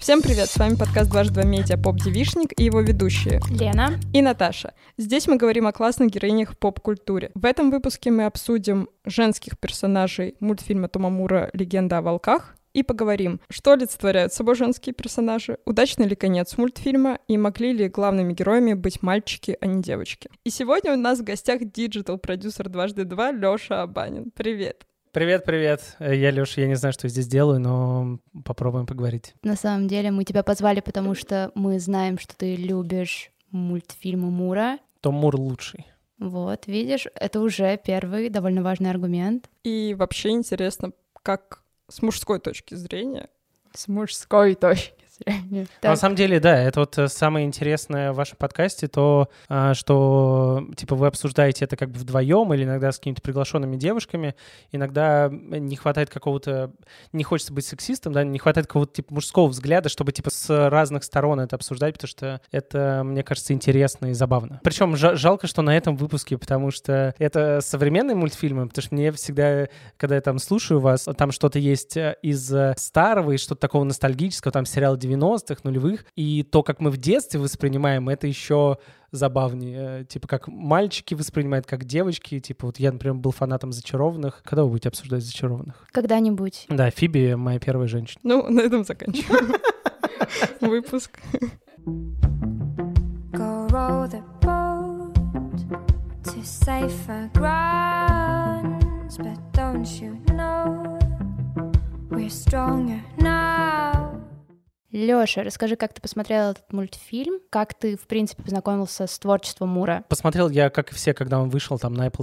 Всем привет, с вами подкаст «Дважды два медиа» «Поп-девишник» и его ведущие Лена и Наташа. Здесь мы говорим о классных героинях в поп-культуре. В этом выпуске мы обсудим женских персонажей мультфильма Тома Мура «Легенда о волках» и поговорим, что олицетворяют собой женские персонажи, удачный ли конец мультфильма и могли ли главными героями быть мальчики, а не девочки. И сегодня у нас в гостях диджитал-продюсер «Дважды два» Лёша Абанин. Привет! Привет. Я Лёша, я не знаю, что я здесь делаю, но попробуем поговорить. На самом деле мы тебя позвали, потому что мы знаем, что ты любишь мультфильмы Мура. Том Мур лучший. Вот, видишь, это уже первый довольно важный аргумент. И вообще интересно, как с мужской точки зрения. С мужской точки зрения. На самом деле, да, это вот самое интересное в вашем подкасте, то, что, типа, вы обсуждаете это как бы вдвоем или иногда с какими-то приглашенными девушками, иногда не хватает какого-то, не хочется быть сексистом, да, не хватает какого-то, типа, мужского взгляда, чтобы, типа, с разных сторон это обсуждать, потому что это, мне кажется, интересно и забавно. Причем жалко, что на этом выпуске, потому что это современные мультфильмы, потому что мне всегда, когда я там слушаю вас, там что-то есть из старого и что-то такого ностальгического, там сериал 90-х, нулевых, и то, как мы в детстве воспринимаем, это еще забавнее. Типа, как мальчики воспринимают, как девочки. Типа, вот я, например, был фанатом «Зачарованных». Когда вы будете обсуждать «Зачарованных»? Когда-нибудь. Да, Фиби — моя первая женщина. Ну, на этом заканчиваем выпуск. Go row the boat to safer grounds, but don't you know we're stronger now? Лёша, расскажи, как ты посмотрел этот мультфильм, как ты, в принципе, познакомился с творчеством Мура? Посмотрел я, как и все, когда он вышел там на Apple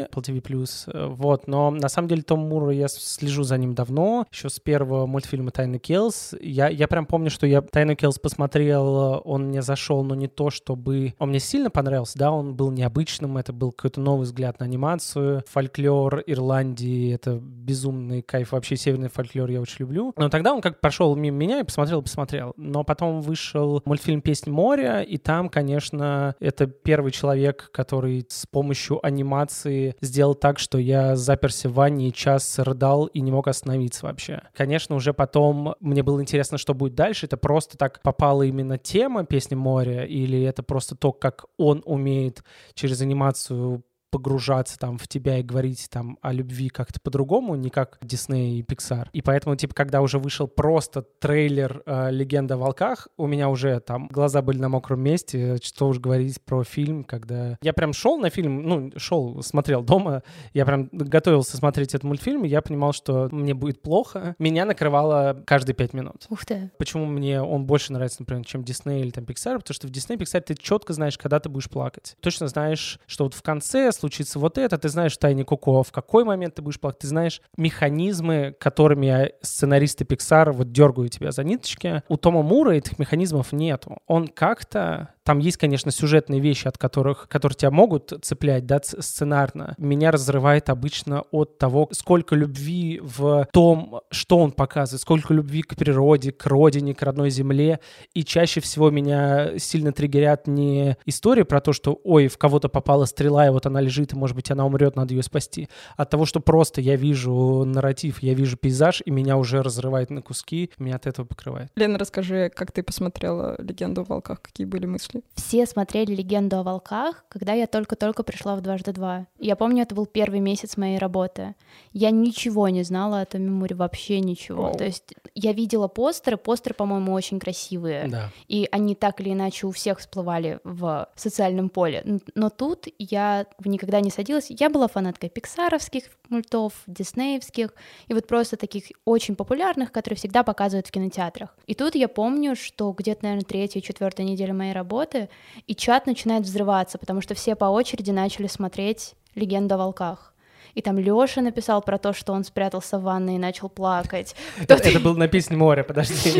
TV+, вот, но на самом деле Том Мура, я слежу за ним давно, еще с первого мультфильма «Тайны Келлс». Я прям помню, что я «Тайну Келлс» посмотрел, он мне зашел, но не то, чтобы... Он мне сильно понравился, да, он был необычным, это был какой-то новый взгляд на анимацию, фольклор Ирландии, это безумный кайф, вообще северный фольклор я очень люблю. Но тогда он как прошел мимо меня и посмотрел. Но потом вышел мультфильм «Песнь моря», и там, конечно, это первый человек, который с помощью анимации сделал так, что я заперся в ванне и час рыдал и не мог остановиться вообще. Конечно, уже потом мне было интересно, что будет дальше. Это просто так попала именно тема «Песни моря» или это просто то, как он умеет через анимацию погружаться там в тебя и говорить там о любви как-то по-другому, не как Дисней и Pixar. И поэтому, типа, когда уже вышел просто трейлер «Легенда о волках», у меня уже там глаза были на мокром месте, что уж говорить про фильм, когда... Я прям шел на фильм, смотрел дома, я прям готовился смотреть этот мультфильм, и я понимал, что мне будет плохо. Меня накрывало каждые 5 минут. Ух ты. Почему мне он больше нравится, например, чем Дисней или там Pixar? Потому что в Дисней, Pixar ты четко знаешь, когда ты будешь плакать. Точно знаешь, что вот в конце случится вот это, ты знаешь в «Тайне Коко», в какой момент ты будешь плакать, ты знаешь механизмы, которыми сценаристы Pixar вот дергают тебя за ниточки. У Тома Мура этих механизмов нету. Он как-то... Там есть, конечно, сюжетные вещи, которые тебя могут цеплять, да, сценарно. Меня разрывает обычно от того, сколько любви в том, что он показывает, сколько любви к природе, к родине, к родной земле. И чаще всего меня сильно триггерят не истории про то, что, ой, в кого-то попала стрела, и вот она лежит, и, может быть, она умрет, надо ее спасти. От того, что просто я вижу нарратив, я вижу пейзаж, и меня уже разрывает на куски, меня от этого покрывает. Лена, расскажи, как ты посмотрела «Легенду о волках», какие были мысли? Все смотрели «Легенду о волках», когда я только-только пришла в «Дважды два». Я помню, это был первый месяц моей работы. Я ничего не знала о Томе Муре, вообще ничего. То есть я видела постеры, по-моему, очень красивые. Да. И они так или иначе у всех всплывали в социальном поле. Но тут я никогда не садилась. Я была фанаткой пиксаровских мультов, диснеевских, и вот просто таких очень популярных, которые всегда показывают в кинотеатрах. И тут я помню, что где-то, наверное, 3-4 неделя моей работы, и чат начинает взрываться, потому что все по очереди начали смотреть «Легенду о волках». И там Лёша написал про то, что он спрятался в ванной и начал плакать. Это было на «Песне моря», подожди.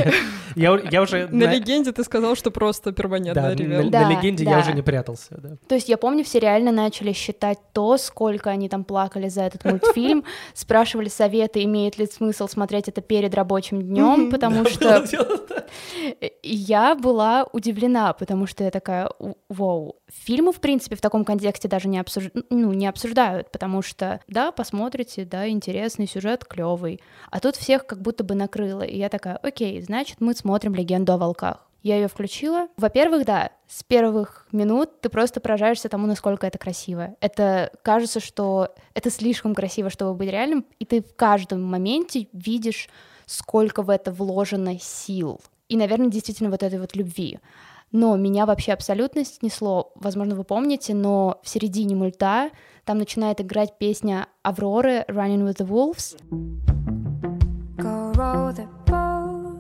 Я уже... На «Легенде» ты сказал, что просто перманентно ревел. На «Легенде» я уже не прятался. Да. То есть я помню, все реально начали считать то, сколько они там плакали за этот мультфильм, спрашивали советы, имеет ли смысл смотреть это перед рабочим днем, потому что я была удивлена, потому что я такая, вау, фильмы, в принципе, в таком контексте даже не обсуждают, потому что да, посмотрите, да, интересный сюжет, клевый. А тут всех как будто бы накрыло. И я такая, окей, значит, мы смотрим «Легенду о волках». Я ее включила. Во-первых, да, с первых минут ты просто поражаешься тому, насколько это красиво. Это кажется, что это слишком красиво, чтобы быть реальным, и ты в каждом моменте видишь, сколько в это вложено сил. И, наверное, действительно вот этой вот любви. Но меня вообще абсолютно снесло, возможно, вы помните, но в середине мульта там начинает играть песня Авроры «Running with the Wolves». Go row the boat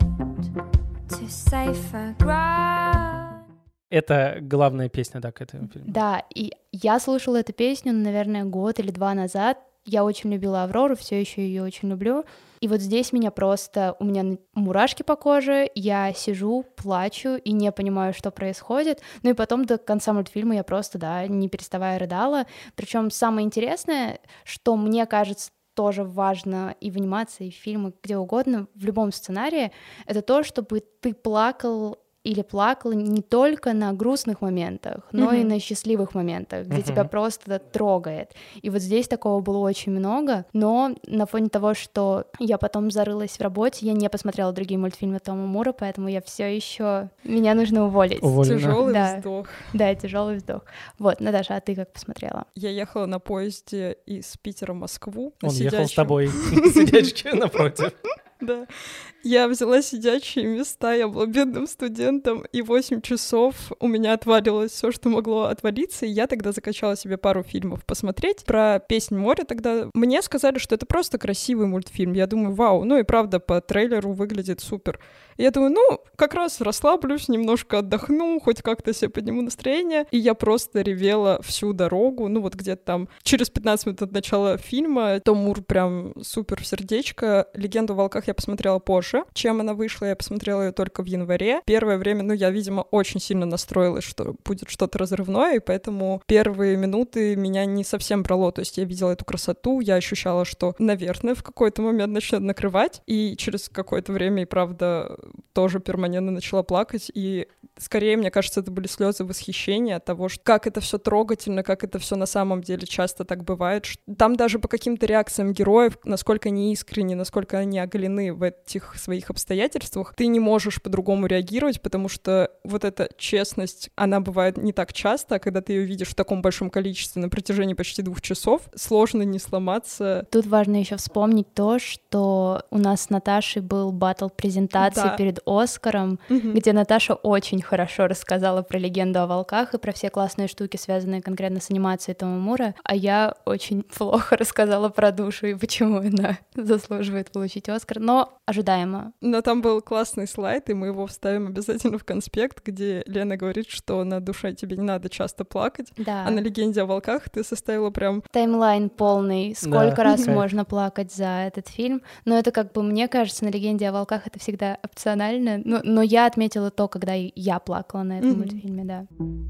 to safer ground. Это главная песня, да, к этому фильму. Да, и я слушала эту песню, наверное, год или два назад. Я очень любила Аврору, все еще ее очень люблю. И вот здесь у меня мурашки по коже, я сижу, плачу и не понимаю, что происходит. Ну и потом до конца мультфильма я просто, да, не переставая рыдала. Причем самое интересное, что мне кажется тоже важно и в анимации, и в фильмах, где угодно, в любом сценарии, это то, чтобы ты плакал или плакала не только на грустных моментах, но и на счастливых моментах, где тебя просто трогает. И вот здесь такого было очень много, но на фоне того, что я потом зарылась в работе, я не посмотрела другие мультфильмы Тома Мура, поэтому я все еще... Меня нужно уволить. Тяжелый вздох. Да, тяжелый вздох. Вот, Наташа, а ты как посмотрела? Я ехала на поезде из Питера в Москву. Он ехал с тобой, сидячки напротив. Да. Я взяла сидячие места, я была бедным студентом, и 8 часов у меня отвалилось все, что могло отвалиться, и я тогда закачала себе пару фильмов посмотреть. Про «Песнь моря» тогда мне сказали, что это просто красивый мультфильм. Я думаю, вау, ну и правда, по трейлеру выглядит супер. И я думаю, ну, как раз расслаблюсь, немножко отдохну, хоть как-то себе подниму настроение. И я просто ревела всю дорогу, ну вот где-то там через 15 минут от начала фильма. Том Мур прям супер в сердечко. «Легенду о волках» я посмотрела позже, чем она вышла. Я посмотрела ее только в январе. Первое время, ну, я, видимо, очень сильно настроилась, что будет что-то разрывное, и поэтому первые минуты меня не совсем брало. То есть я видела эту красоту, я ощущала, что, наверное, в какой-то момент начнет накрывать, и через какое-то время, и правда, тоже перманентно начала плакать, и скорее, мне кажется, это были слезы восхищения от того, что как это все трогательно, как это все на самом деле часто так бывает. Там даже по каким-то реакциям героев, насколько они искренни, насколько они оголены в этих своих обстоятельствах, ты не можешь по-другому реагировать, потому что вот эта честность, она бывает не так часто, а когда ты ее видишь в таком большом количестве на протяжении почти 2 часов, сложно не сломаться. Тут важно еще вспомнить то, что у нас с Наташей был баттл презентации перед Оскаром, где Наташа очень хорошо рассказала про «Легенду о волках» и про все классные штуки, связанные конкретно с анимацией Тома Мура, а я очень плохо рассказала про душу и почему она заслуживает получить Оскар, но ожидаемо. Но там был классный слайд, и мы его вставим обязательно в конспект, где Лена говорит, что на душе тебе не надо часто плакать, а на «Легенде о волках» ты составила прям... Таймлайн полный, сколько раз можно плакать за этот фильм, но это как бы, мне кажется, на «Легенде о волках» это всегда опционально, но я отметила то, когда я плакала на этом мультфильме, да.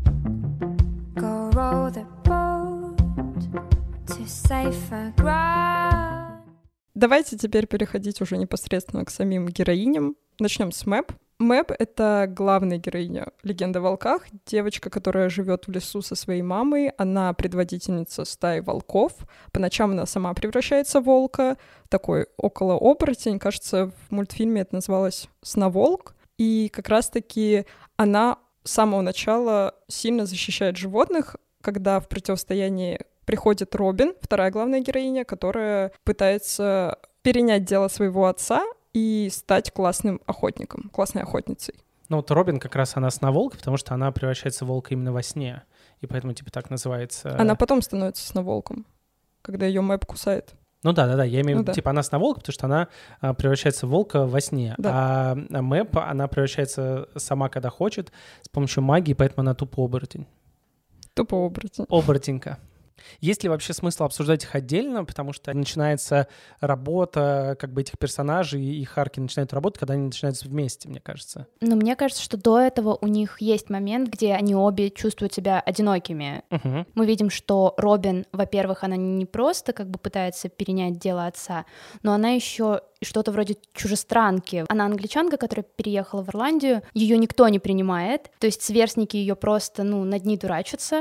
Go row the boat to safer ground. Давайте теперь переходить уже непосредственно к самим героиням. Начнем с Мэп. Мэп — это главная героиня «Легенды о волках», девочка, которая живет в лесу со своей мамой, она предводительница стаи волков, по ночам она сама превращается в волка, такой около-оборотень, кажется, в мультфильме это называлось «Сноволк», и как раз-таки она с самого начала сильно защищает животных, когда в противостоянии приходит Робин, вторая главная героиня, которая пытается перенять дело своего отца и стать классным охотником, классной охотницей. Ну вот Робин как раз она сноволк, потому что она превращается в волка именно во сне, и поэтому типа так называется... Она потом становится сноволком, когда ее Мэп кусает. Ну да, я имею в виду, типа она сноволк, потому что она превращается в волка во сне, а Мэп, она превращается сама, когда хочет, с помощью магии, поэтому она тупо оборотень. Тупо оборотень. Оборотенька. Есть ли вообще смысл обсуждать их отдельно, потому что начинается работа как бы этих персонажей, и их арки начинают работать, когда они начинаются вместе, мне кажется. Но мне кажется, что до этого у них есть момент, где они обе чувствуют себя одинокими. Мы видим, что Робин, во-первых, она не просто как бы пытается перенять дело отца, но она еще что-то вроде чужестранки. Она англичанка, которая переехала в Ирландию, ее никто не принимает, то есть сверстники ее просто, над ней дурачатся.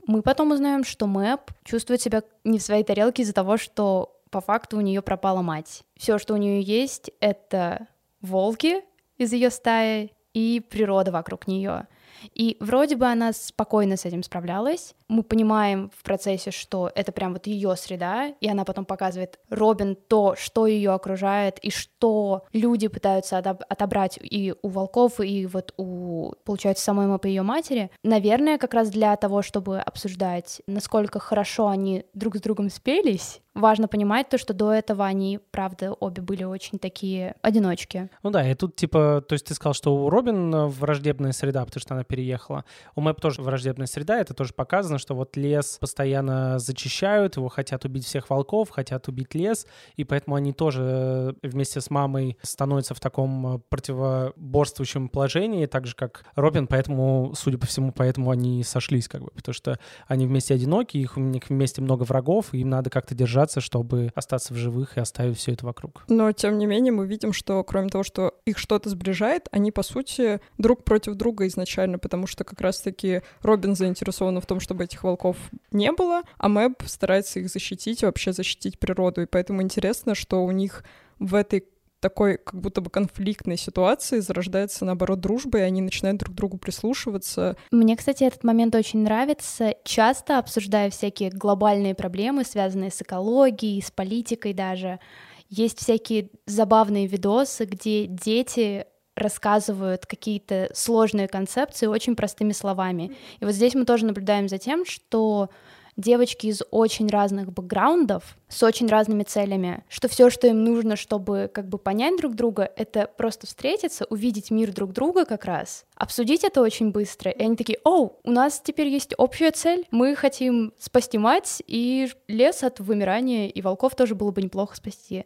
мы потом узнаем, что Мэб чувствует себя не в своей тарелке из-за того, что по факту у нее пропала мать. Все, что у нее есть, это волки из ее стаи и природа вокруг нее. И вроде бы она спокойно с этим справлялась. Мы понимаем в процессе, что это прям вот ее среда, и она потом показывает Робин то, что ее окружает, и что люди пытаются отобрать и у волков, и вот у, получается, самой Мэб и ее матери. Наверное, как раз для того, чтобы обсуждать, насколько хорошо они друг с другом спелись, важно понимать то, что до этого они, правда, обе были очень такие одиночки. Ну да, и тут типа, то есть ты сказал, что у Робин враждебная среда, потому что она переехала. У Мэб тоже враждебная среда, это тоже показано, что вот лес постоянно зачищают, его хотят убить всех волков, хотят убить лес, и поэтому они тоже вместе с мамой становятся в таком противоборствующем положении, так же, как Робин, поэтому, судя по всему, поэтому они сошлись, как бы, потому что они вместе одиноки, у них вместе много врагов, и им надо как-то держаться, чтобы остаться в живых и оставить все это вокруг. Но, тем не менее, мы видим, что кроме того, что их что-то сближает, они, по сути, друг против друга изначально, потому что как раз-таки Робин заинтересована в том, чтобы этих волков не было, а Мэб старается их защитить и вообще защитить природу. И поэтому интересно, что у них в этой такой как будто бы конфликтной ситуации зарождается, наоборот, дружба, и они начинают друг к другу прислушиваться. Мне, кстати, этот момент очень нравится. Часто обсуждая всякие глобальные проблемы, связанные с экологией, с политикой даже, есть всякие забавные видосы, где дети рассказывают какие-то сложные концепции очень простыми словами. И вот здесь мы тоже наблюдаем за тем, что девочки из очень разных бэкграундов, с очень разными целями, что все, что им нужно, чтобы как бы понять друг друга, это просто встретиться, увидеть мир друг друга как раз, обсудить это очень быстро, и они такие: «О, у нас теперь есть общая цель, мы хотим спасти мать и лес от вымирания, и волков тоже было бы неплохо спасти».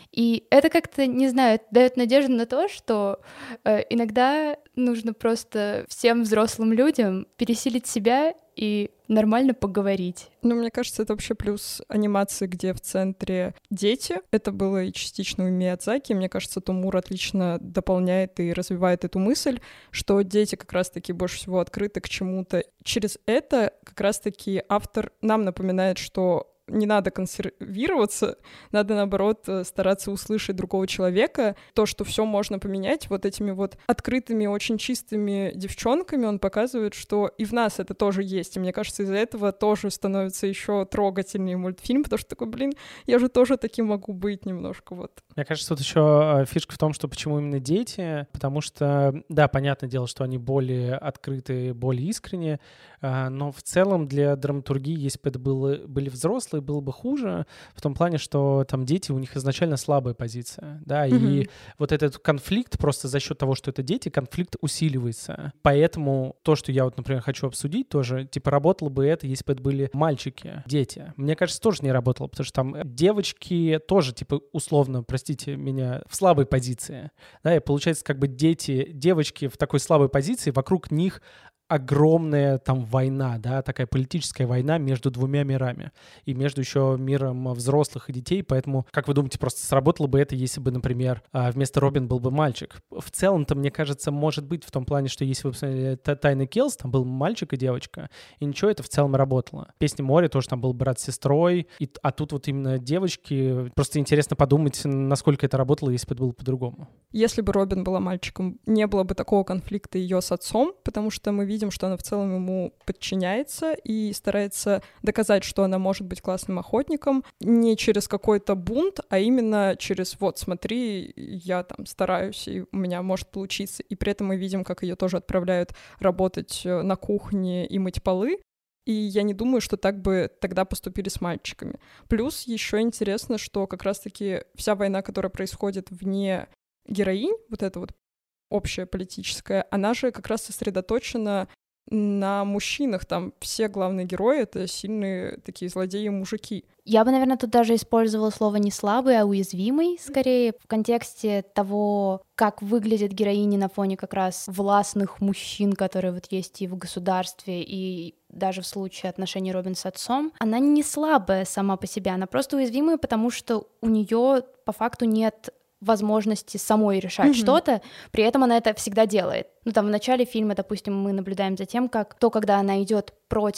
И это как-то, не знаю, дает надежду на то, что иногда нужно просто всем взрослым людям пересилить себя и нормально поговорить. Ну, мне кажется, это вообще плюс анимации, где в центре дети. Это было и частично у Миядзаки. Мне кажется, Томура отлично дополняет и развивает эту мысль, что дети как раз-таки больше всего открыты к чему-то. Через это как раз-таки автор нам напоминает, что не надо консервироваться, надо, наоборот, стараться услышать другого человека. То, что все можно поменять, вот этими вот открытыми, очень чистыми девчонками он показывает, что и в нас это тоже есть. И мне кажется, из-за этого тоже становится еще трогательнее мультфильм, потому что такой, блин, я же тоже таким могу быть немножко, вот. Мне кажется, тут еще фишка в том, что почему именно дети, потому что, да, понятное дело, что они более открытые, более искренние, но в целом для драматургии, если бы это были взрослые, было бы хуже, в том плане, что там дети, у них изначально слабая позиция, да, и вот этот конфликт просто за счет того, что это дети, конфликт усиливается. Поэтому то, что я вот, например, хочу обсудить тоже, типа, работало бы это, если бы это были мальчики, дети. Мне кажется, тоже не работало, потому что там девочки тоже, типа, условно, простите меня, в слабой позиции, да, и получается, как бы девочки в такой слабой позиции, вокруг них огромная там война, да, такая политическая война между двумя мирами и между еще миром взрослых и детей, поэтому, как вы думаете, просто сработало бы это, если бы, например, вместо Робин был бы мальчик? В целом-то, мне кажется, может быть в том плане, что если вы посмотрели «Тайны Келлс», там был мальчик и девочка, и ничего, это в целом работало. «Песни моря» тоже там был брат с сестрой, а тут вот именно девочки. Просто интересно подумать, насколько это работало, если бы это было по-другому. Если бы Робин была мальчиком, не было бы такого конфликта ее с отцом, потому что мы видим, что она в целом ему подчиняется и старается доказать, что она может быть классным охотником не через какой-то бунт, а именно через «вот, смотри, я там стараюсь, и у меня может получиться». И при этом мы видим, как ее тоже отправляют работать на кухне и мыть полы. И я не думаю, что так бы тогда поступили с мальчиками. Плюс еще интересно, что как раз-таки вся война, которая происходит вне героинь, вот эта вот общая политическая, она же как раз сосредоточена на мужчинах. Там все главные герои — это сильные такие злодеи-мужики. Я бы, наверное, тут даже использовала слово не слабый, а уязвимый, скорее, в контексте того, как выглядят героини на фоне как раз властных мужчин, которые вот есть и в государстве, и даже в случае отношений Робин с отцом. Она не слабая сама по себе, она просто уязвимая, потому что у нее по факту нет возможности самой решать что-то, при этом она это всегда делает. Ну, там в начале фильма, допустим, мы наблюдаем за тем, как когда она идет против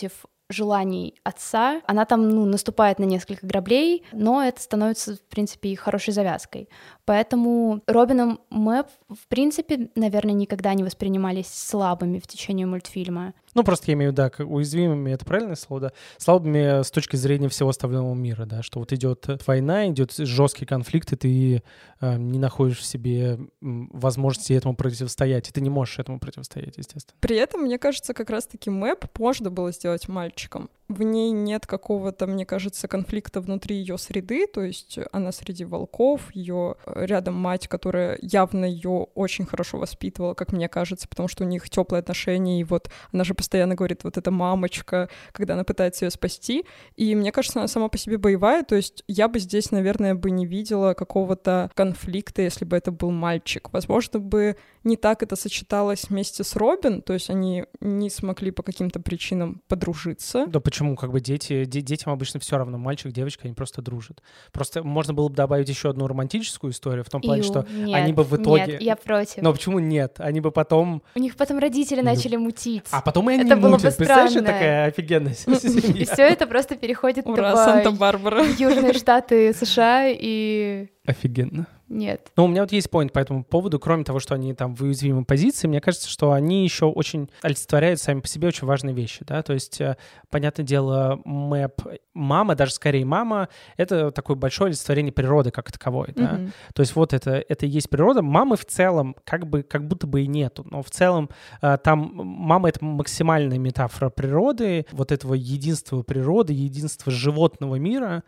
желаний отца, она там, наступает на несколько граблей, но это становится, в принципе, и хорошей завязкой. Поэтому Робин и Мэп, в принципе, наверное, никогда не воспринимались слабыми в течение мультфильма. Просто я имею в виду, да, уязвимыми — это правильное слово, да? Слабыми с точки зрения всего остального мира, да, что вот идет война, идет жесткий конфликт, и ты не находишь в себе возможности этому противостоять, и ты не можешь этому противостоять, естественно. При этом, мне кажется, как раз-таки Мэп можно было сделать мальчиком. В ней нет какого-то, мне кажется, конфликта внутри ее среды, то есть она среди волков, ее рядом мать, которая явно ее очень хорошо воспитывала, как мне кажется, потому что у них теплые отношения, и вот она же постоянно говорит, вот эта мамочка, когда она пытается ее спасти, и мне кажется, она сама по себе боевая, то есть я бы здесь, наверное, бы не видела какого-то конфликта, если бы это был мальчик. Возможно, бы не так это сочеталось вместе с Робин, то есть они не смогли по каким-то причинам подружиться. Да почему? Как бы детям обычно все равно, мальчик, девочка, они просто дружат. Просто можно было бы добавить еще одну романтическую историю в том плане, что нет, они бы в итоге... Нет, я против. Но почему нет? Они бы потом... У них потом родители начали мутить. А потом и они это было мутят. бы Представляешь, странно. такая офигенная семья. И все это просто переходит Ура, в Санта-Барбара. Южные Штаты США и... Офигенно. Нет. Ну, у меня вот есть поинт по этому поводу. Кроме того, что они там в уязвимой позиции, мне кажется, что они еще очень олицетворяют сами по себе очень важные вещи, да, то есть, понятное дело, Мэп, мама, даже скорее мама, это такое большое олицетворение природы как таковой, да, то есть вот это и есть природа. Мамы в целом как будто бы и нету, но в целом там мама — это максимальная метафора природы, вот этого единства природы, единства животного мира,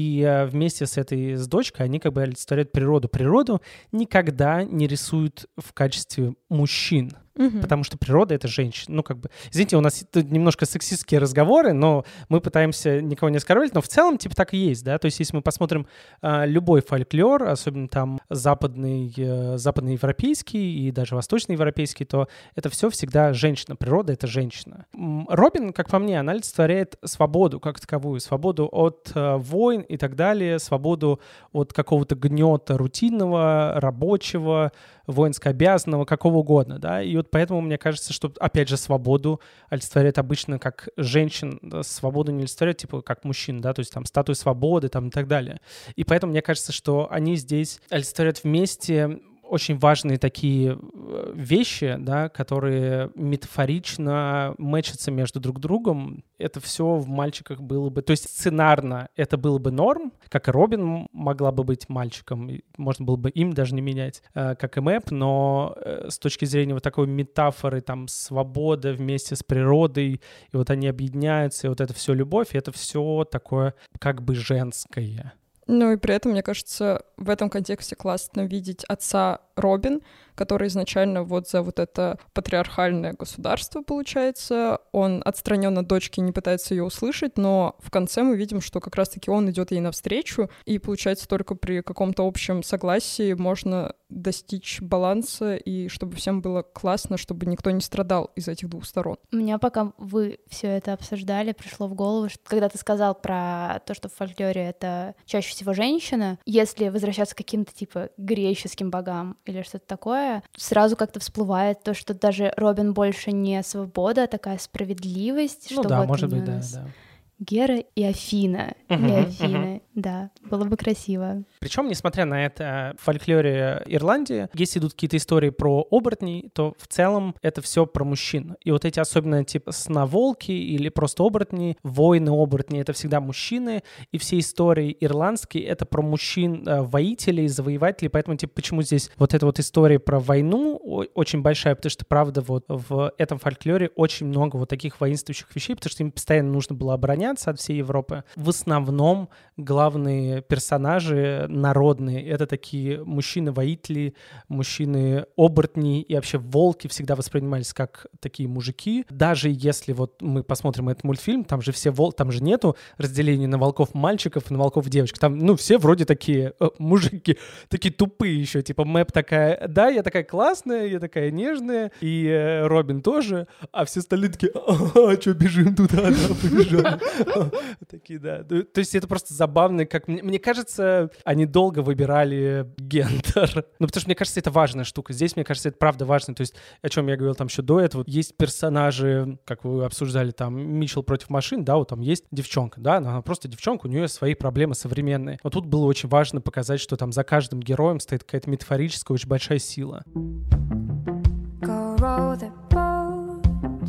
и вместе с дочкой они как бы олицетворяют природу. Природу никогда не рисуют в качестве мужчин, потому что природа — это женщина. Ну, как бы, извините, у нас тут немножко сексистские разговоры, но мы пытаемся никого не оскорбить, но в целом, типа, так и есть, да, то есть если мы посмотрим любой фольклор, особенно там западноевропейский и даже восточноевропейский, то это все всегда женщина, природа — это женщина. Робин, как по мне, она олицетворяет свободу как таковую, свободу от войн и так далее, свободу от какого-то гнета рутинного, рабочего, воинско-обязанного, какого угодно, да, и вот поэтому мне кажется, что, опять же, свободу олицетворяет обычно как женщин, да, свободу не олицетворяет, типа, как мужчин, да, то есть там статуя свободы там и так далее. И поэтому мне кажется, что они здесь олицетворяют вместе очень важные такие вещи, да, которые метафорично мэчатся между друг другом. Это все в мальчиках было бы... То есть сценарно это было бы норм, как и Робин могла бы быть мальчиком, и можно было бы им даже не менять, как и Мэп, но с точки зрения вот такой метафоры, там, свобода вместе с природой, и вот они объединяются, и вот это все любовь, и это все такое как бы женское. Ну и при этом, мне кажется, в этом контексте классно видеть отца Робин, который изначально вот за вот это патриархальное государство, получается, он отстранен от дочки, не пытается ее услышать, но в конце мы видим, что как раз-таки он идет ей навстречу, и получается только при каком-то общем согласии можно достичь баланса, и чтобы всем было классно, чтобы никто не страдал из этих двух сторон. У меня, пока вы все это обсуждали, пришло в голову, что когда ты сказал про то, что в фольклоре это чаще всего женщина, если возвращаться к каким-то типа греческим богам или что-то такое, сразу как-то всплывает то, что даже Робин больше не свобода, а такая справедливость. Ну что да, вот может быть, да. да. Гера и Афина. Да, было бы красиво. Причем, несмотря на это, в фольклоре Ирландии, если идут какие-то истории про оборотней, то в целом это все про мужчин. И вот эти особенно типа сноволки или просто оборотни, воины-оборотни — это всегда мужчины. И все истории ирландские — это про мужчин, воителей, завоевателей. Поэтому, типа, почему здесь вот эта вот история про войну очень большая, потому что, правда, вот в этом фольклоре очень много вот таких воинствующих вещей, потому что им постоянно нужно было обороняться от всей Европы. В основном главные персонажи народные — это такие мужчины-воители, мужчины-оборотни, и вообще волки всегда воспринимались как такие мужики. Даже если вот мы посмотрим этот мультфильм, там же все там же нету разделения на волков-мальчиков и на волков-девочек. Там, ну, все вроде такие мужики, такие тупые еще. Типа Мэп такая, да, я такая классная, я такая нежная, и Робин тоже, а все остальные такие, что, бежим туда, да, побежали. Такие, да. То есть это просто забавно, как... Мне кажется, они долго выбирали гендер. Ну, потому что, мне кажется, это важная штука. Здесь, мне кажется, это правда важно. То есть, о чем я говорил там еще до этого, есть персонажи, как вы обсуждали, там, Митчелл против машин, да, вот там есть девчонка, да, она просто девчонка, у нее свои проблемы современные. Но тут было очень важно показать, что там за каждым героем стоит какая-то метафорическая, очень большая сила. Go row the boat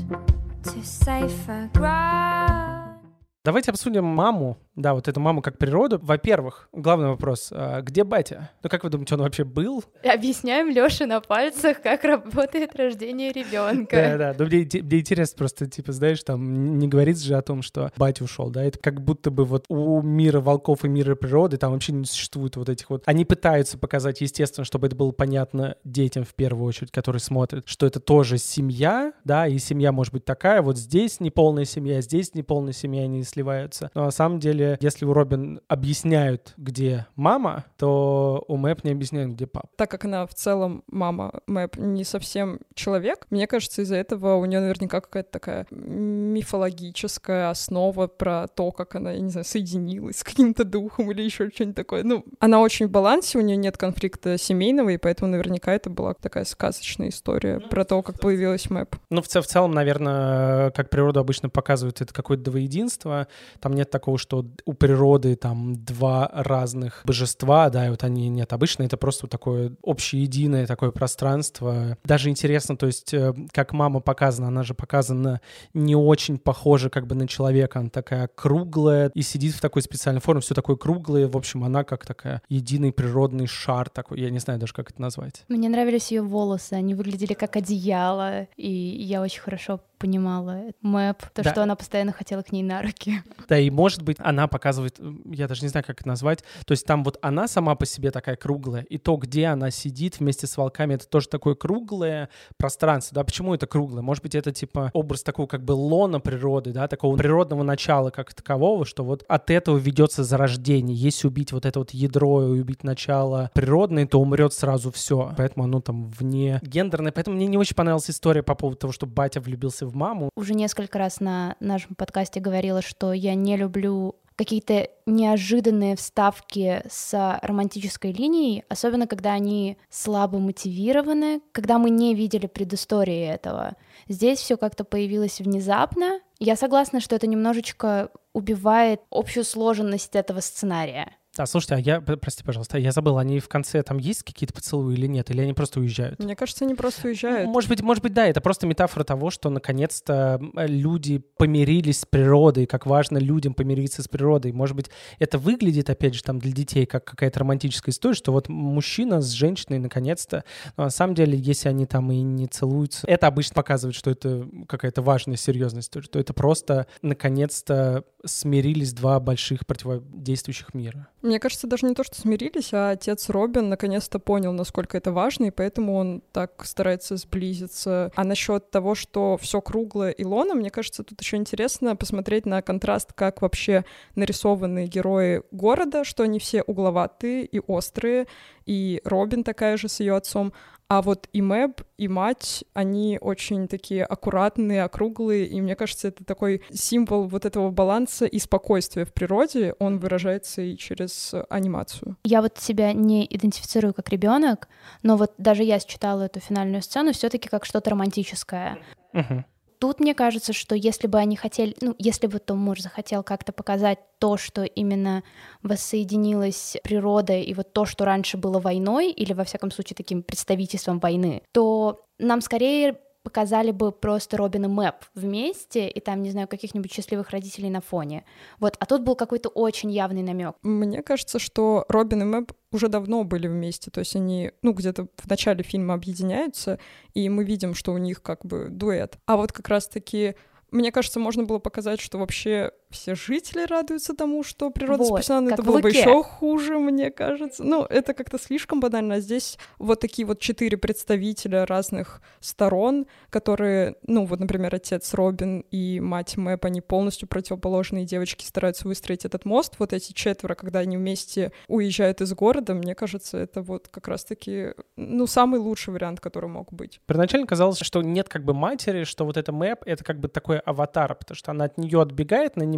to safer ground. Давайте обсудим маму. Да, вот эту маму как природу. Во-первых, главный вопрос. Где батя? Ну, как вы думаете, он вообще был? Объясняем Лёше на пальцах, как работает рождение ребенка. Да. Ну, мне интересно просто, типа, знаешь, там не говорится же о том, что батя ушел, да? Это как будто бы вот у мира волков и мира природы там вообще не существует вот этих вот... Они пытаются показать, естественно, чтобы это было понятно детям в первую очередь, которые смотрят, что это тоже семья, да, и семья может быть такая, вот здесь неполная семья, здесь неполная семья, они сливаются. Но на самом деле, если у Робин объясняют, где мама, то у Мэп не объясняют, где папа. Так как она в целом, мама Мэп, не совсем человек, мне кажется, из-за этого у нее наверняка какая-то такая мифологическая основа про то, как она, я не знаю, соединилась с каким-то духом или еще что-нибудь такое. Ну, она очень в балансе, у нее нет конфликта семейного, и поэтому наверняка это была такая сказочная история про то, как появилась Мэп. Ну, в целом, наверное, как природа обычно показывает, это какое-то двоединство. Там нет такого, что у природы там два разных божества, да, и вот они нет. Обычно это просто вот такое общеединое такое пространство. Даже интересно, то есть, как мама показана, она же показана не очень похожа как бы на человека, она такая круглая и сидит в такой специальной форме, все такое круглое. В общем, она как такая единый природный шар такой, я не знаю даже, как это назвать. Мне нравились ее волосы, они выглядели как одеяло, и я очень хорошо понимала Мэп, то, Да. что она постоянно хотела к ней на руки. Да, и может быть, она показывает, я даже не знаю, как это назвать, то есть там вот она сама по себе такая круглая, и то, где она сидит вместе с волками, это тоже такое круглое пространство, да, почему это круглое? Может быть, это типа образ такого как бы лона природы, да, такого природного начала как такового, что вот от этого ведется зарождение. Если убить вот это вот ядро и убить начало природное, то умрет сразу все, поэтому оно там вне гендерное, поэтому мне не очень понравилась история по поводу того, что батя влюбился в маму. Уже несколько раз на нашем подкасте говорила, что я не люблю какие-то неожиданные вставки с романтической линией, особенно когда они слабо мотивированы, когда мы не видели предыстории этого. Здесь все как-то появилось внезапно. Я согласна, что это немножечко убивает общую сложенность этого сценария. Да, слушайте, прости, пожалуйста, я забыл, они в конце там есть какие-то поцелуи или нет, или они просто уезжают? Мне кажется, они просто уезжают. Может быть, да, это просто метафора того, что наконец-то люди помирились с природой, как важно людям помириться с природой. Может быть, это выглядит, опять же, там для детей как какая-то романтическая история, что вот мужчина с женщиной наконец-то, но на самом деле, если они там и не целуются, это обычно показывает, что это какая-то важная, серьезная история, что это просто наконец-то смирились два больших противодействующих мира. Мне кажется, даже не то, что смирились, а отец Робин наконец-то понял, насколько это важно, и поэтому он так старается сблизиться. А насчет того, что все круглое и лона, мне кажется, тут еще интересно посмотреть на контраст, как вообще нарисованы герои города, что они все угловатые и острые, и Робин такая же с ее отцом. А вот и Мэб, и мать, они очень такие аккуратные, округлые, и мне кажется, это такой символ вот этого баланса и спокойствия в природе, он выражается и через анимацию. Я вот себя не идентифицирую как ребенок, но вот даже я считала эту финальную сцену все-таки как что-то романтическое. Угу. Тут мне кажется, что если бы они хотели, если бы Том муж захотел как-то показать то, что именно воссоединилась природа и вот то, что раньше было войной, или во всяком случае таким представительством войны, то нам скорее показали бы просто Робин и Мэп вместе, и там, не знаю, каких-нибудь счастливых родителей на фоне. Вот, а тут был какой-то очень явный намек. Мне кажется, что Робин и Мэп уже давно были вместе, то есть они, где-то в начале фильма объединяются, и мы видим, что у них как бы дуэт. А вот как раз-таки, мне кажется, можно было показать, что вообще все жители радуются тому, что природа спасена, но это было бы еще хуже, мне кажется. Это как-то слишком банально. А здесь вот такие вот 4 представителя разных сторон, которые, например, отец Робин и мать Мэп, они полностью противоположные девочки стараются выстроить этот мост. Вот эти 4, когда они вместе уезжают из города, мне кажется, это вот как раз-таки, самый лучший вариант, который мог быть. Первоначально казалось, что нет как бы матери, что вот эта Мэп — это как бы такой аватар, потому что она от нее отбегает, она не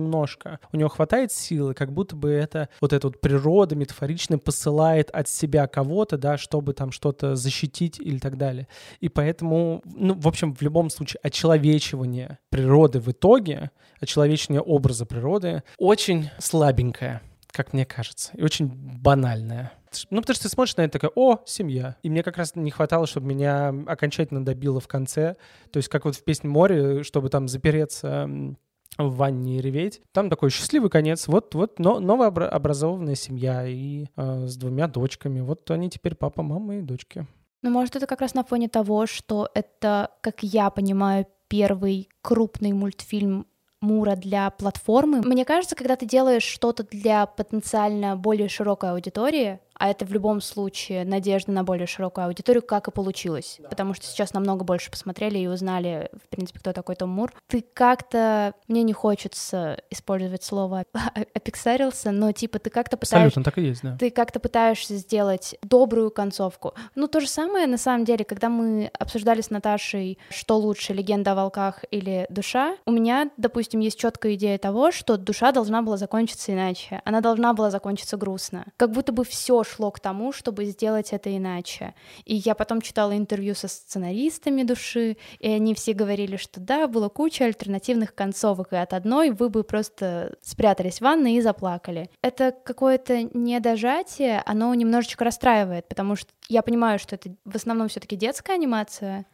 немножко. У него хватает силы, как будто бы это вот эта вот природа метафорично посылает от себя кого-то, да, чтобы там что-то защитить или так далее. И поэтому, ну, в общем, в любом случае, очеловечивание природы в итоге, очеловечивание образа природы очень слабенькое, как мне кажется, и очень банальное. Ну, потому что ты смотришь на это такая: о, семья. И мне как раз не хватало, чтобы меня окончательно добило в конце. То есть как вот в «Песне моря», чтобы там запереться в ванне и реветь. Там такой счастливый конец. Вот новообразованная семья и с 2 дочками. Вот они теперь папа, мама и дочки. Ну, может, это как раз на фоне того, что это, как я понимаю, первый крупный мультфильм Мура для платформы. Мне кажется, когда ты делаешь что-то для потенциально более широкой аудитории, а это в любом случае надежда на более широкую аудиторию, как и получилось. Да. Потому что сейчас намного больше посмотрели и узнали, в принципе, кто такой Том Мур. Ты как-то... Мне не хочется использовать слово «опиксарился», но типа ты как-то пытаешься... Абсолютно, так и есть, да. Ты как-то пытаешься сделать добрую концовку. Ну, то же самое, на самом деле, когда мы обсуждали с Наташей, что лучше, «Легенда о волках» или «Душа», у меня, допустим, есть четкая идея того, что «Душа» должна была закончиться иначе. Она должна была закончиться грустно. Как будто бы все шло к тому, чтобы сделать это иначе. И я потом читала интервью со сценаристами «Души», и они все говорили, что да, было куча альтернативных концовок, и от одной вы бы просто спрятались в ванной и заплакали. Это какое-то недожатие, оно немножечко расстраивает, потому что я понимаю, что это в основном все-таки детская анимация,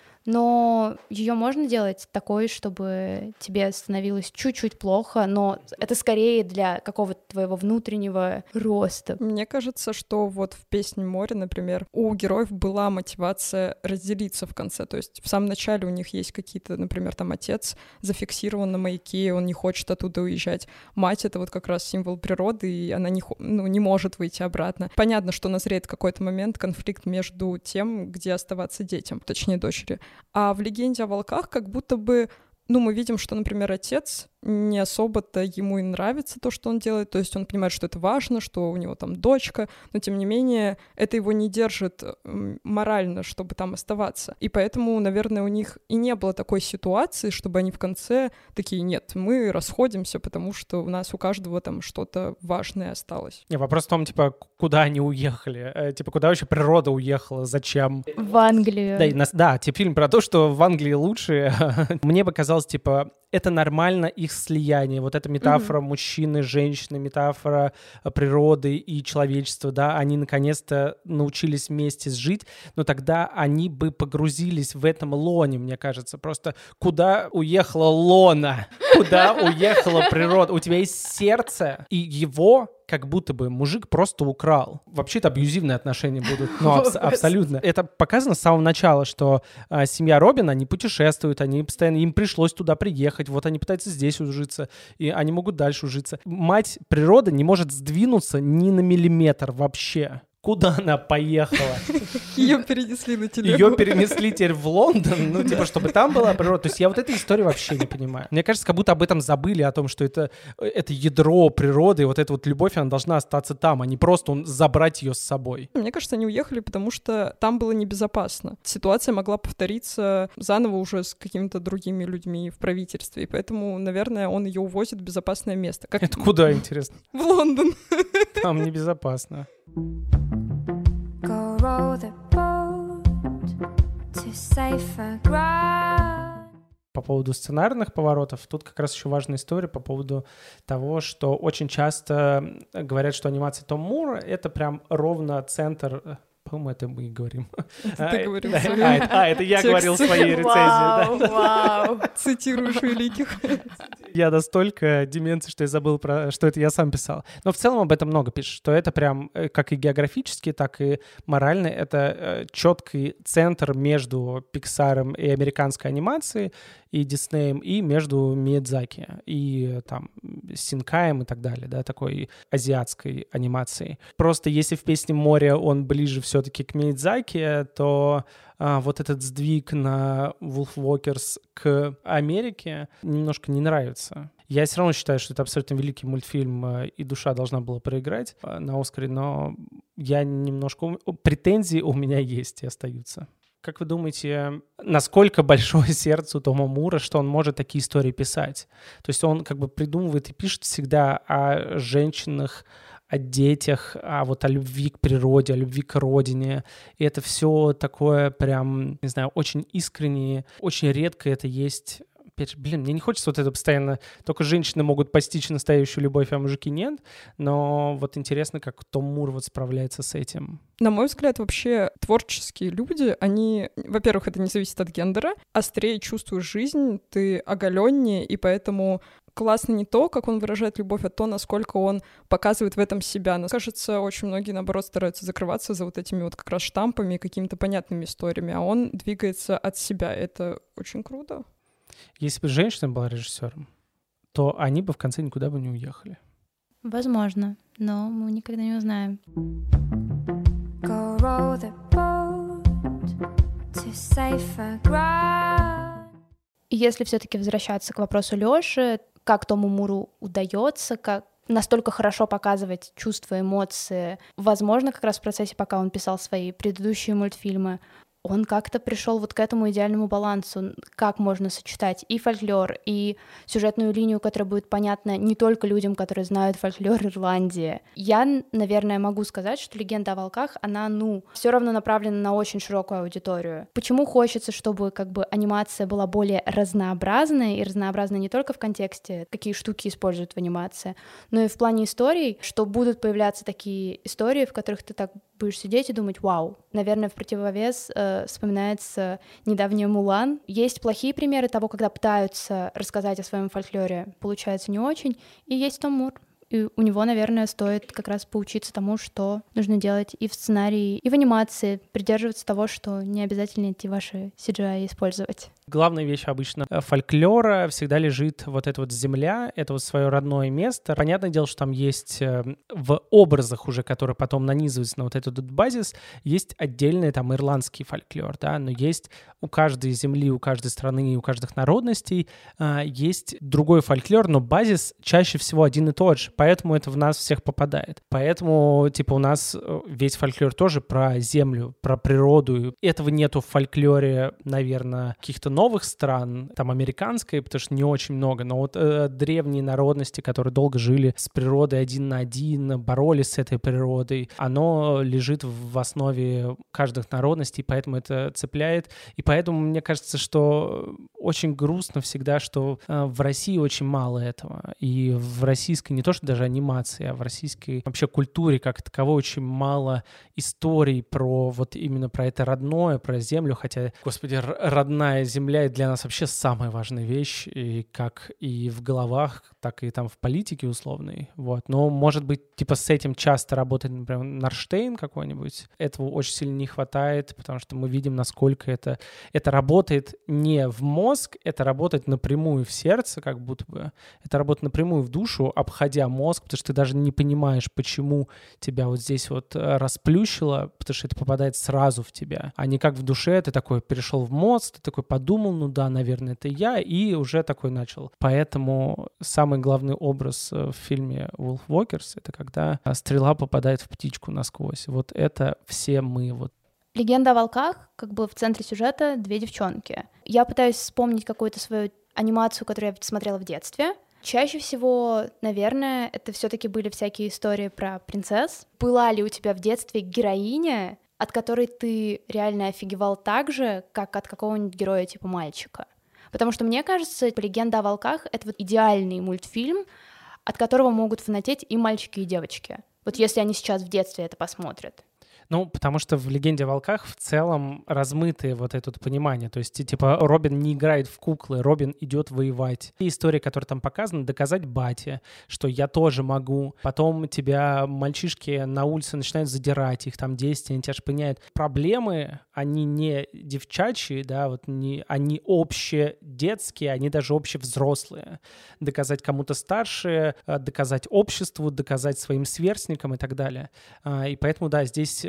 но ее можно делать такой, чтобы тебе становилось чуть-чуть плохо, но это скорее для какого-то твоего внутреннего роста. Мне кажется, что вот в «Песне моря», например, у героев была мотивация разделиться в конце. То есть в самом начале у них есть какие-то, например, там отец зафиксирован на маяке, он не хочет оттуда уезжать. Мать — это вот как раз символ природы, и она не может выйти обратно. Понятно, что назреет какой-то момент конфликт между тем, где оставаться детям, точнее, дочери. А в «Легенде о волках» как будто бы, мы видим, что, например, отец не особо-то ему и нравится то, что он делает, то есть он понимает, что это важно, что у него там дочка, но тем не менее это его не держит морально, чтобы там оставаться. И поэтому, наверное, у них и не было такой ситуации, чтобы они в конце такие: нет, мы расходимся, потому что у нас у каждого там что-то важное осталось. Не, вопрос в том, типа, куда они уехали? Типа, куда вообще природа уехала? Зачем? В Англию. Да, типа фильм про то, что в Англии лучше. Мне бы казалось, типа, это нормально их слияние. Вот эта метафора мужчины, женщины, метафора природы и человечества, да, они наконец-то научились вместе жить, но тогда они бы погрузились в этом лоне, мне кажется. Просто куда уехала лона? Куда уехала природа? У тебя есть сердце, и его как будто бы мужик просто украл. Вообще-то абьюзивные отношения будут. Абсолютно. Это показано с самого начала, что семья Робин, они путешествуют, они постоянно, им пришлось туда приехать, вот они пытаются здесь ужиться, и они могут дальше ужиться. Мать природа не может сдвинуться ни на миллиметр вообще. Куда она поехала? Ее перенесли на телегу. Ее перенесли теперь в Лондон, чтобы там была природа. То есть я вот этой истории вообще не понимаю. Мне кажется, как будто об этом забыли, о том, что это ядро природы, и вот эта вот любовь, она должна остаться там, а не просто забрать ее с собой. Мне кажется, они уехали, потому что там было небезопасно. Ситуация могла повториться заново уже с какими-то другими людьми в правительстве, и поэтому, наверное, он ее увозит в безопасное место. Это куда, интересно? В Лондон. Там небезопасно. Go row the boat to safer ground. По поводу сценарных поворотов, тут как раз еще важная история по поводу того, что очень часто говорят, что анимация Том Мура — это прям ровно центр... По-моему, это мы и говорим. Ты говорил в своем это я говорил в своей рецензии. Вау. Цитируешь великих. Я настолько деменция, что я забыл, что это я сам писал. Но в целом об этом много пишет, что это прям как и географически, так и морально. Это четкий центр между Пиксаром и американской анимацией, и Диснеем, и между Миядзаки, и там Синкаем и так далее, да, такой азиатской анимацией. Просто если в «Песне моря» он ближе все-таки к Миядзаки, то вот этот сдвиг на Wolfwalkers к Америке немножко не нравится. Я все равно считаю, что это абсолютно великий мультфильм, и «Душа» должна была проиграть на «Оскаре», но я немножко... Претензии у меня есть и остаются Как вы думаете, насколько большое сердце у Тома Мура, что он может такие истории писать? То есть он как бы придумывает и пишет всегда о женщинах, о детях, о любви к природе, о любви к родине. И это все такое прям, не знаю, очень искреннее, очень редко это есть. Опять же, мне не хочется вот это постоянно... Только женщины могут постичь настоящую любовь, а мужики нет. Но вот интересно, как Том Мур вот справляется с этим. На мой взгляд, вообще творческие люди, они, во-первых, это не зависит от гендера, острее чувствуешь жизнь, ты оголеннее, и поэтому классно не то, как он выражает любовь, а то, насколько он показывает в этом себя. Но, кажется, очень многие, наоборот, стараются закрываться за вот этими вот как раз штампами, какими-то понятными историями, а он двигается от себя. Это очень круто. Если бы женщина была режиссером, то они бы в конце никуда бы не уехали. Возможно, но мы никогда не узнаем. Go row the boat to safer ground. И если все-таки возвращаться к вопросу Лёши, как Тому Муру удается, как настолько хорошо показывать чувства, эмоции, возможно, как раз в процессе, пока он писал свои предыдущие мультфильмы, он как-то пришел вот к этому идеальному балансу, как можно сочетать и фольклор, и сюжетную линию, которая будет понятна не только людям, которые знают фольклор Ирландии. Я, наверное, могу сказать, что «Легенда о волках», она, все равно направлена на очень широкую аудиторию. Почему хочется, чтобы как бы анимация была более разнообразной, и разнообразной не только в контексте, какие штуки используют в анимации, но и в плане историй, что будут появляться такие истории, в которых ты так будешь сидеть и думать: вау. Наверное, в противовес вспоминается недавняя «Мулан». Есть плохие примеры того, когда пытаются рассказать о своем фольклоре, получается не очень, и есть Том Мур. И у него, наверное, стоит как раз поучиться тому, что нужно делать и в сценарии, и в анимации, придерживаться того, что не обязательно эти ваши CGI использовать. Главная вещь обычно фольклора всегда лежит вот эта вот земля, это вот свое родное место. Понятное дело, что там есть в образах уже, которые потом нанизываются на вот этот базис, есть отдельный там ирландский фольклор, да, но есть у каждой земли, у каждой страны и у каждых народностей есть другой фольклор, но базис чаще всего один и тот же, поэтому это в нас всех попадает. Поэтому, у нас весь фольклор тоже про землю, про природу. Этого нету в фольклоре, наверное, каких-то новых стран, там американской, потому что не очень много, но вот древние народности, которые долго жили с природой один на один, боролись с этой природой, оно лежит в основе каждых народностей, поэтому это цепляет. И поэтому мне кажется, что очень грустно всегда, что в России очень мало этого. И в российской, не то что даже анимации, а в российской вообще культуре как таковой очень мало историй про вот именно про это родное, про землю, хотя, господи, родная земля для нас вообще самая важная вещь, и как и в головах, так и там в политике условной. Вот. Но, может быть, с этим часто работает, например, Нарштейн какой-нибудь. Этого очень сильно не хватает, потому что мы видим, насколько это работает не в мозг, это работает напрямую в сердце, как будто бы. Это работает напрямую в душу, обходя мозг, потому что ты даже не понимаешь, почему тебя вот здесь вот расплющило, потому что это попадает сразу в тебя. А не как в душе, ты такой перешел в мозг, ты такой подумал, да, наверное, это я, и уже такой начал. Поэтому самый главный образ в фильме Wolf Walkers — это когда стрела попадает в птичку насквозь. Вот это все мы. Вот. «Легенда о волках», как бы в центре сюжета две девчонки. Я пытаюсь вспомнить какую-то свою анимацию, которую я смотрела в детстве. Чаще всего, наверное, это все-таки были всякие истории про принцесс. Была ли у тебя в детстве героиня, от которой ты реально офигевал так же, как от какого-нибудь героя типа мальчика? Потому что мне кажется, «Легенда о волках» — это вот идеальный мультфильм, от которого могут фанатеть и мальчики, и девочки. Вот если они сейчас в детстве это посмотрят. Потому что в «Легенде о волках» в целом размытое вот это понимание. То есть, Робин не играет в куклы, Робин идет воевать. И история, которая там показана, доказать бате, что я тоже могу. Потом тебя мальчишки на улице начинают задирать, их там 10, они тебя шпыняют. Проблемы, они не девчачьи, да, они общедетские, они даже общевзрослые. Доказать кому-то старше, доказать обществу, доказать своим сверстникам и так далее. И поэтому, да, здесь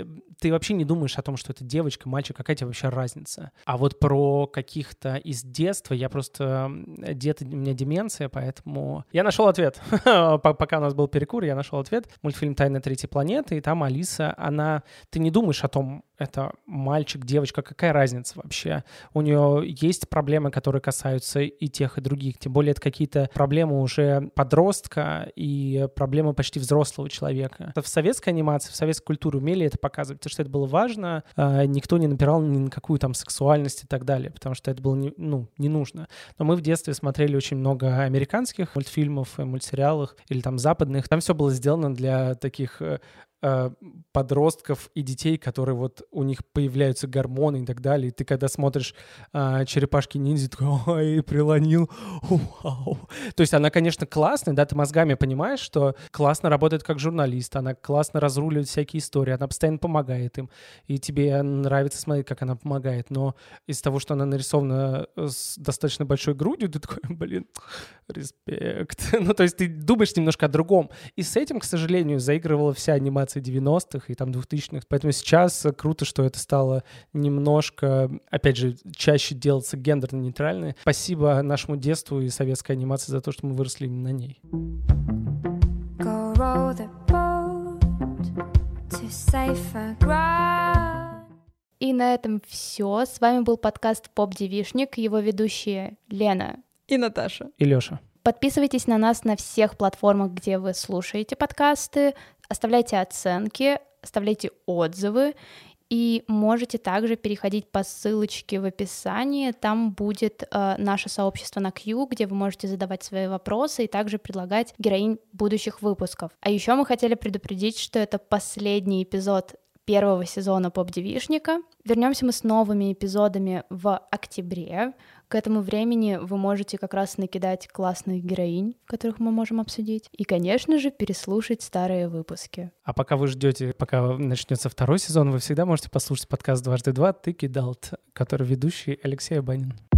ты вообще не думаешь о том, что это девочка, мальчик, какая тебе вообще разница. А вот про каких-то из детства, я просто... у меня деменция, поэтому... Я нашел ответ. Пока у нас был перекур, я нашел ответ. Мультфильм «Тайна третьей планеты», и там Алиса, она... Ты не думаешь о том, это мальчик, девочка, какая разница вообще? У нее есть проблемы, которые касаются и тех, и других. Тем более это какие-то проблемы уже подростка и проблемы почти взрослого человека. В советской анимации, в советской культуре умели это показывать, потому что это было важно. Никто не напирал ни на какую там сексуальность и так далее, потому что это было не нужно. Но мы в детстве смотрели очень много американских мультфильмов, мультсериалов или там западных. Там все было сделано для таких подростков и детей, которые вот у них появляются гормоны и так далее. И ты когда смотришь «Черепашки-ниндзя», такой «Ой, прилонил, вау». То есть она, конечно, классная, да, ты мозгами понимаешь, что классно работает как журналист, она классно разруливает всякие истории, она постоянно помогает им, и тебе нравится смотреть, как она помогает. Но из-за того, что она нарисована с достаточно большой грудью, ты такой, блин, респект. Ну, то есть ты думаешь немножко о другом. И с этим, к сожалению, заигрывала вся анимация 90-х и там 2000-х. Поэтому сейчас круто, что это стало немножко, опять же, чаще делаться гендерно-нейтрально. Спасибо нашему детству и советской анимации за то, что мы выросли именно на ней. Go row the boat to safer ground. И на этом все. С вами был подкаст «Поп-девишник», его ведущие Лена И Наташа. И Лёша. Подписывайтесь на нас на всех платформах, где вы слушаете подкасты, оставляйте оценки, оставляйте отзывы, и можете также переходить по ссылочке в описании, там будет наше сообщество на Q, где вы можете задавать свои вопросы и также предлагать героинь будущих выпусков. А еще мы хотели предупредить, что это последний эпизод первого сезона «Поп-девишника». Вернемся мы с новыми эпизодами в октябре. К этому времени вы можете как раз накидать классных героинь, которых мы можем обсудить, и, конечно же, переслушать старые выпуски. А пока вы ждете, пока начнется второй сезон, вы всегда можете послушать подкаст «Дважды два» «Ты кидал», который ведущий Алексей Абанин.